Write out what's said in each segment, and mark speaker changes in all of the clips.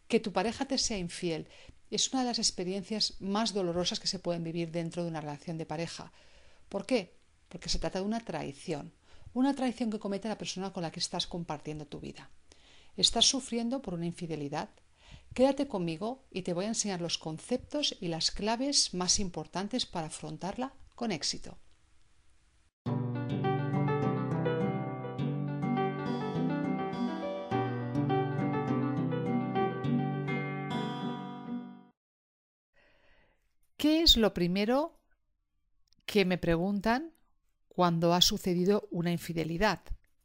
Speaker 1: Que tu pareja te sea infiel es una de las experiencias más dolorosas que se pueden vivir dentro de una relación de pareja. ¿Por qué? Porque se trata de una traición que comete la persona con la que estás compartiendo tu vida. ¿Estás sufriendo por una infidelidad? Quédate conmigo y te voy a enseñar los conceptos y las claves más importantes para afrontarla con éxito. ¿Qué es lo primero que me preguntan cuando ha sucedido una infidelidad?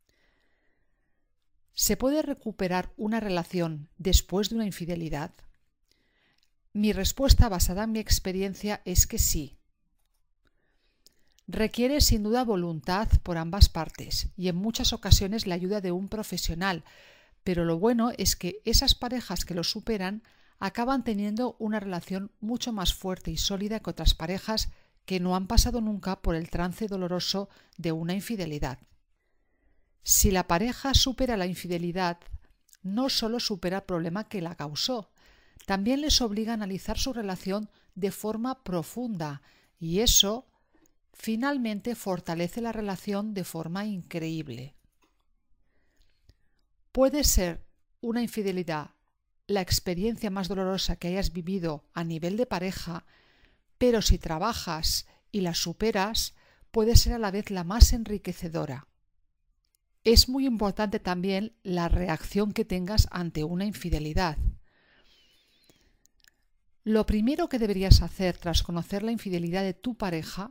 Speaker 1: ¿Se puede recuperar una relación después de una infidelidad? Mi respuesta basada en mi experiencia es que sí. Requiere sin duda voluntad por ambas partes y en muchas ocasiones la ayuda de un profesional, pero lo bueno es que esas parejas que lo superan acaban teniendo una relación mucho más fuerte y sólida que otras parejas que no han pasado nunca por el trance doloroso de una infidelidad. Si la pareja supera la infidelidad, no solo supera el problema que la causó, también les obliga a analizar su relación de forma profunda y eso finalmente fortalece la relación de forma increíble. Puede ser una infidelidad la experiencia más dolorosa que hayas vivido a nivel de pareja, pero si trabajas y la superas, puede ser a la vez la más enriquecedora. Es muy importante también la reacción que tengas ante una infidelidad. Lo primero que deberías hacer tras conocer la infidelidad de tu pareja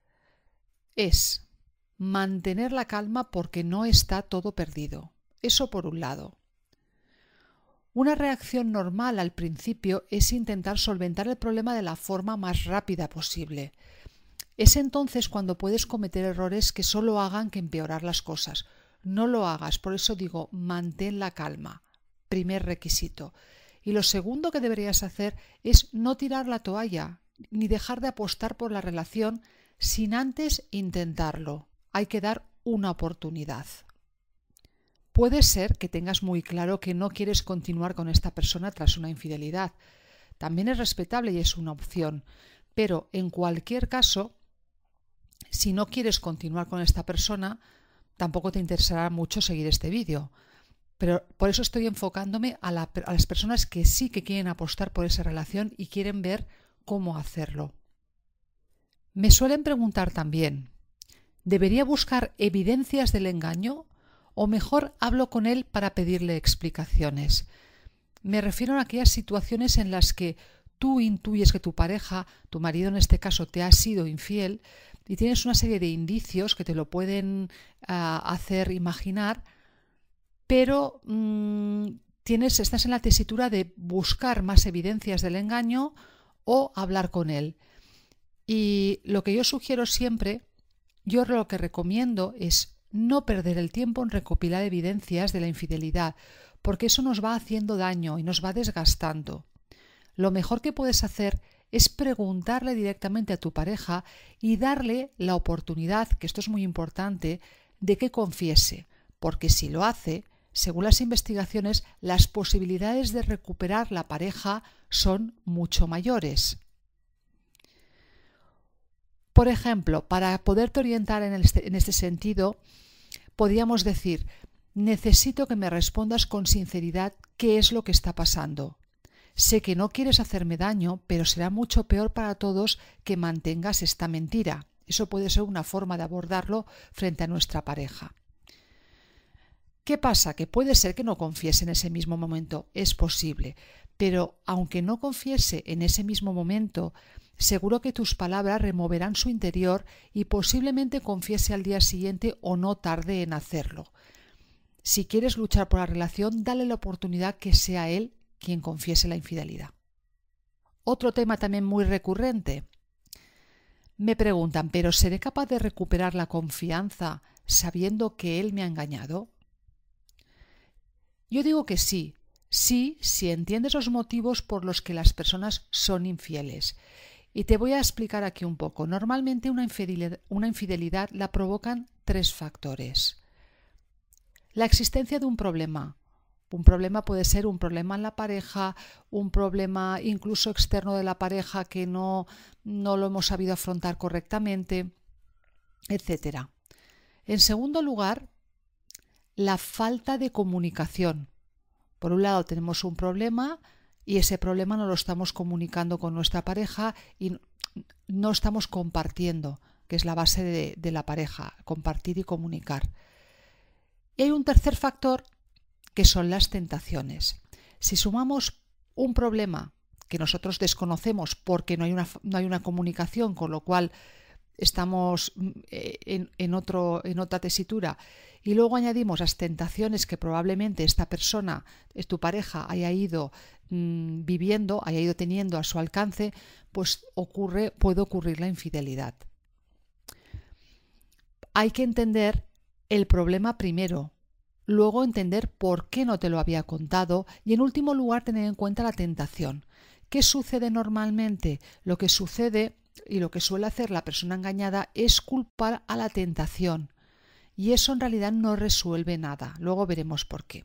Speaker 1: es mantener la calma porque no está todo perdido. Eso por un lado. Una reacción normal al principio es intentar solventar el problema de la forma más rápida posible. Es entonces cuando puedes cometer errores que solo hagan que empeorar las cosas. No lo hagas, por eso digo, mantén la calma. Primer requisito. Y lo segundo que deberías hacer es no tirar la toalla, ni dejar de apostar por la relación sin antes intentarlo. Hay que dar una oportunidad. Puede ser que tengas muy claro que no quieres continuar con esta persona tras una infidelidad. También es respetable y es una opción. Pero en cualquier caso, si no quieres continuar con esta persona, tampoco te interesará mucho seguir este vídeo. Pero por eso estoy enfocándome a las personas que sí que quieren apostar por esa relación y quieren ver cómo hacerlo. Me suelen preguntar también, ¿debería buscar evidencias del engaño? ¿O mejor hablo con él para pedirle explicaciones? Me refiero a aquellas situaciones en las que tú intuyes que tu pareja, tu marido en este caso, te ha sido infiel y tienes una serie de indicios que te lo pueden hacer imaginar, pero estás en la tesitura de buscar más evidencias del engaño o hablar con él. Y lo que yo sugiero siempre, yo lo que recomiendo es no perder el tiempo en recopilar evidencias de la infidelidad, porque eso nos va haciendo daño y nos va desgastando. Lo mejor que puedes hacer es preguntarle directamente a tu pareja y darle la oportunidad, que esto es muy importante, de que confiese, porque si lo hace, según las investigaciones, las posibilidades de recuperar la pareja son mucho mayores. Por ejemplo, para poderte orientar en este sentido, podríamos decir, necesito que me respondas con sinceridad qué es lo que está pasando. Sé que no quieres hacerme daño, pero será mucho peor para todos que mantengas esta mentira. Eso puede ser una forma de abordarlo frente a nuestra pareja. ¿Qué pasa? Que puede ser que no confiese en ese mismo momento, es posible, pero aunque no confiese en ese mismo momento, seguro que tus palabras removerán su interior y posiblemente confiese al día siguiente o no tarde en hacerlo. Si quieres luchar por la relación, dale la oportunidad que sea él quien confiese la infidelidad. Otro tema también muy recurrente. Me preguntan, ¿pero seré capaz de recuperar la confianza sabiendo que él me ha engañado? Yo digo que sí, si entiendes los motivos por los que las personas son infieles. Y te voy a explicar aquí un poco. Normalmente una infidelidad la provocan 3 factores. La existencia de un problema. Un problema puede ser un problema en la pareja, un problema incluso externo de la pareja que no lo hemos sabido afrontar correctamente, etc. En segundo lugar, la falta de comunicación. Por un lado tenemos un problema y ese problema no lo estamos comunicando con nuestra pareja y no estamos compartiendo, que es la base de la pareja, compartir y comunicar. Y hay un tercer factor que son las tentaciones. Si sumamos un problema que nosotros desconocemos porque no hay una comunicación, con lo cual estamos en otra tesitura, y luego añadimos las tentaciones que probablemente esta persona, tu pareja, haya ido viviendo, haya ido teniendo a su alcance, pues puede ocurrir la infidelidad. Hay que entender el problema primero, luego entender por qué no te lo había contado y en último lugar tener en cuenta la tentación. ¿Qué sucede normalmente? Lo que sucede y lo que suele hacer la persona engañada es culpar a la tentación y eso en realidad no resuelve nada. Luego veremos por qué.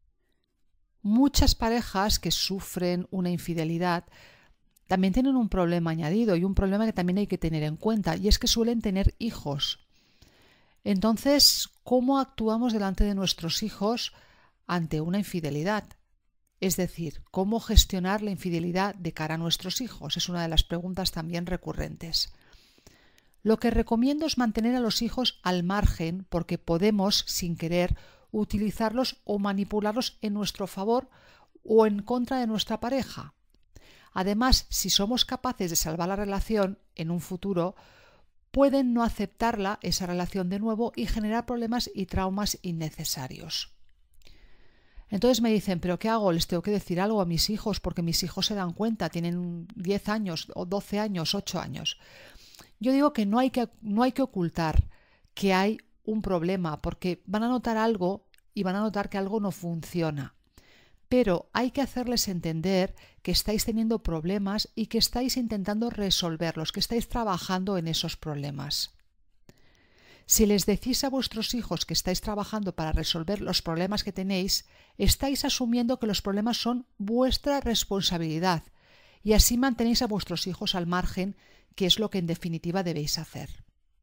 Speaker 1: Muchas parejas que sufren una infidelidad también tienen un problema añadido y un problema que también hay que tener en cuenta y es que suelen tener hijos. Entonces, ¿cómo actuamos delante de nuestros hijos ante una infidelidad? Es decir, ¿cómo gestionar la infidelidad de cara a nuestros hijos? Es una de las preguntas también recurrentes. Lo que recomiendo es mantener a los hijos al margen porque podemos, sin querer, utilizarlos o manipularlos en nuestro favor o en contra de nuestra pareja. Además, si somos capaces de salvar la relación en un futuro, pueden no aceptarla, esa relación de nuevo, y generar problemas y traumas innecesarios. Entonces me dicen, ¿pero qué hago? ¿Les tengo que decir algo a mis hijos? Porque mis hijos se dan cuenta, tienen 10 años, o 12 años, 8 años. Yo digo que no hay que ocultar que hay un problema, porque van a notar algo y van a notar que algo no funciona. Pero hay que hacerles entender que estáis teniendo problemas y que estáis intentando resolverlos, que estáis trabajando en esos problemas. Si les decís a vuestros hijos que estáis trabajando para resolver los problemas que tenéis, estáis asumiendo que los problemas son vuestra responsabilidad y así mantenéis a vuestros hijos al margen, que es lo que en definitiva debéis hacer.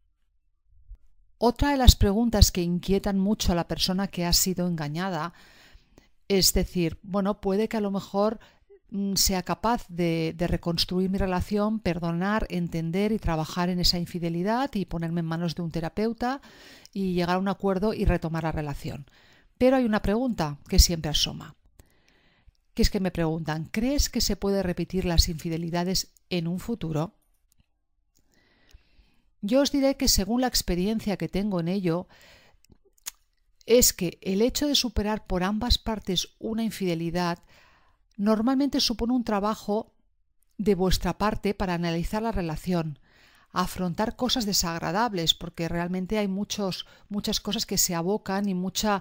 Speaker 1: Otra de las preguntas que inquietan mucho a la persona que ha sido engañada es decir, bueno, puede que a lo mejor sea capaz de reconstruir mi relación, perdonar, entender y trabajar en esa infidelidad y ponerme en manos de un terapeuta y llegar a un acuerdo y retomar la relación. Pero hay una pregunta que siempre asoma, que es que me preguntan, ¿crees que se puede repetir las infidelidades en un futuro? Yo os diré que según la experiencia que tengo en ello, es que el hecho de superar por ambas partes una infidelidad normalmente supone un trabajo de vuestra parte para analizar la relación, afrontar cosas desagradables, porque realmente hay muchas cosas que se abocan y mucha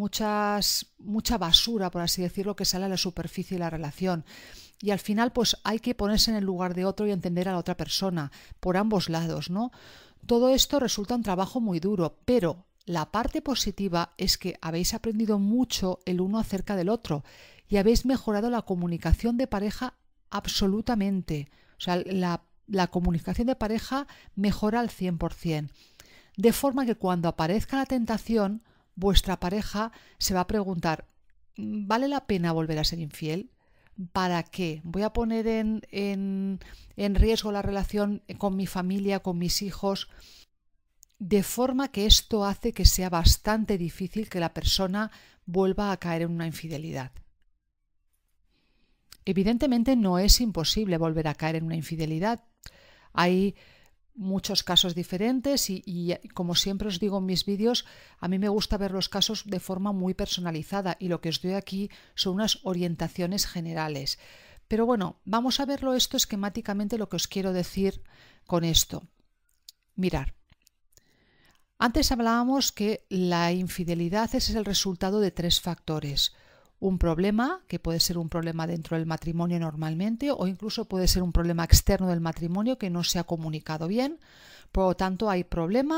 Speaker 1: basura, por así decirlo, que sale a la superficie de la relación. Y al final pues hay que ponerse en el lugar de otro y entender a la otra persona, por ambos lados, ¿no? Todo esto resulta un trabajo muy duro, pero la parte positiva es que habéis aprendido mucho el uno acerca del otro y habéis mejorado la comunicación de pareja absolutamente. O sea, la comunicación de pareja mejora al 100%. De forma que cuando aparezca la tentación, vuestra pareja se va a preguntar, ¿vale la pena volver a ser infiel? ¿Para qué? ¿Voy a poner en riesgo la relación con mi familia, con mis hijos? De forma que esto hace que sea bastante difícil que la persona vuelva a caer en una infidelidad. Evidentemente no es imposible volver a caer en una infidelidad. Hay muchos casos diferentes y como siempre os digo en mis vídeos, a mí me gusta ver los casos de forma muy personalizada y lo que os doy aquí son unas orientaciones generales. Pero bueno, vamos a verlo esto esquemáticamente, lo que os quiero decir con esto. Mirad. Antes hablábamos que la infidelidad es el resultado de 3 factores. Un problema, que puede ser un problema dentro del matrimonio normalmente, o incluso puede ser un problema externo del matrimonio que no se ha comunicado bien. Por lo tanto, hay problema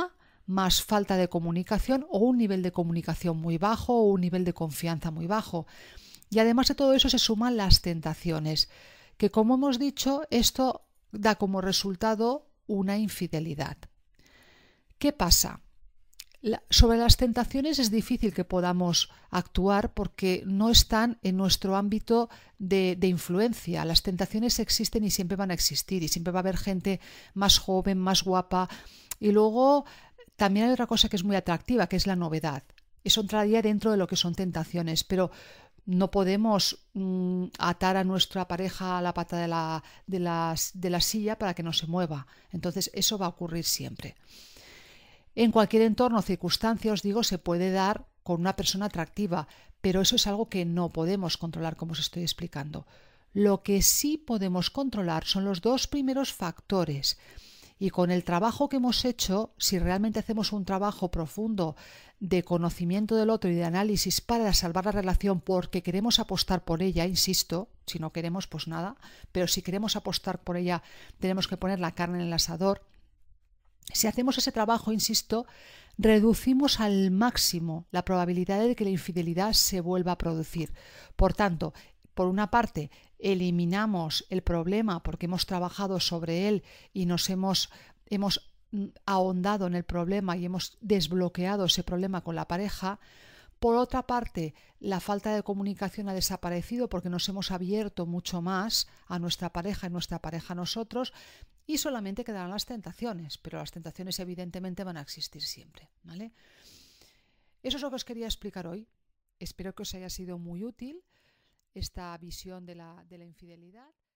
Speaker 1: más falta de comunicación o un nivel de comunicación muy bajo o un nivel de confianza muy bajo. Y además de todo eso se suman las tentaciones, que como hemos dicho, esto da como resultado una infidelidad. ¿Qué pasa? Sobre las tentaciones es difícil que podamos actuar porque no están en nuestro ámbito de influencia. Las tentaciones existen y siempre van a existir y siempre va a haber gente más joven, más guapa. Y luego también hay otra cosa que es muy atractiva, que es la novedad. Eso entraría dentro de lo que son tentaciones, pero no podemos atar a nuestra pareja a la pata de la silla para que no se mueva. Entonces eso va a ocurrir siempre. En cualquier entorno o circunstancia, os digo, se puede dar con una persona atractiva, pero eso es algo que no podemos controlar, como os estoy explicando. Lo que sí podemos controlar son los dos primeros factores. Y con el trabajo que hemos hecho, si realmente hacemos un trabajo profundo de conocimiento del otro y de análisis para salvar la relación porque queremos apostar por ella, insisto, si no queremos pues nada, pero si queremos apostar por ella tenemos que poner la carne en el asador. Si hacemos ese trabajo, insisto, reducimos al máximo la probabilidad de que la infidelidad se vuelva a producir. Por tanto, por una parte, eliminamos el problema porque hemos trabajado sobre él y hemos ahondado en el problema y hemos desbloqueado ese problema con la pareja. Por otra parte, la falta de comunicación ha desaparecido porque nos hemos abierto mucho más a nuestra pareja y nuestra pareja a nosotros y solamente quedarán las tentaciones, pero las tentaciones evidentemente van a existir siempre, ¿vale? Eso es lo que os quería explicar hoy. Espero que os haya sido muy útil esta visión de la infidelidad.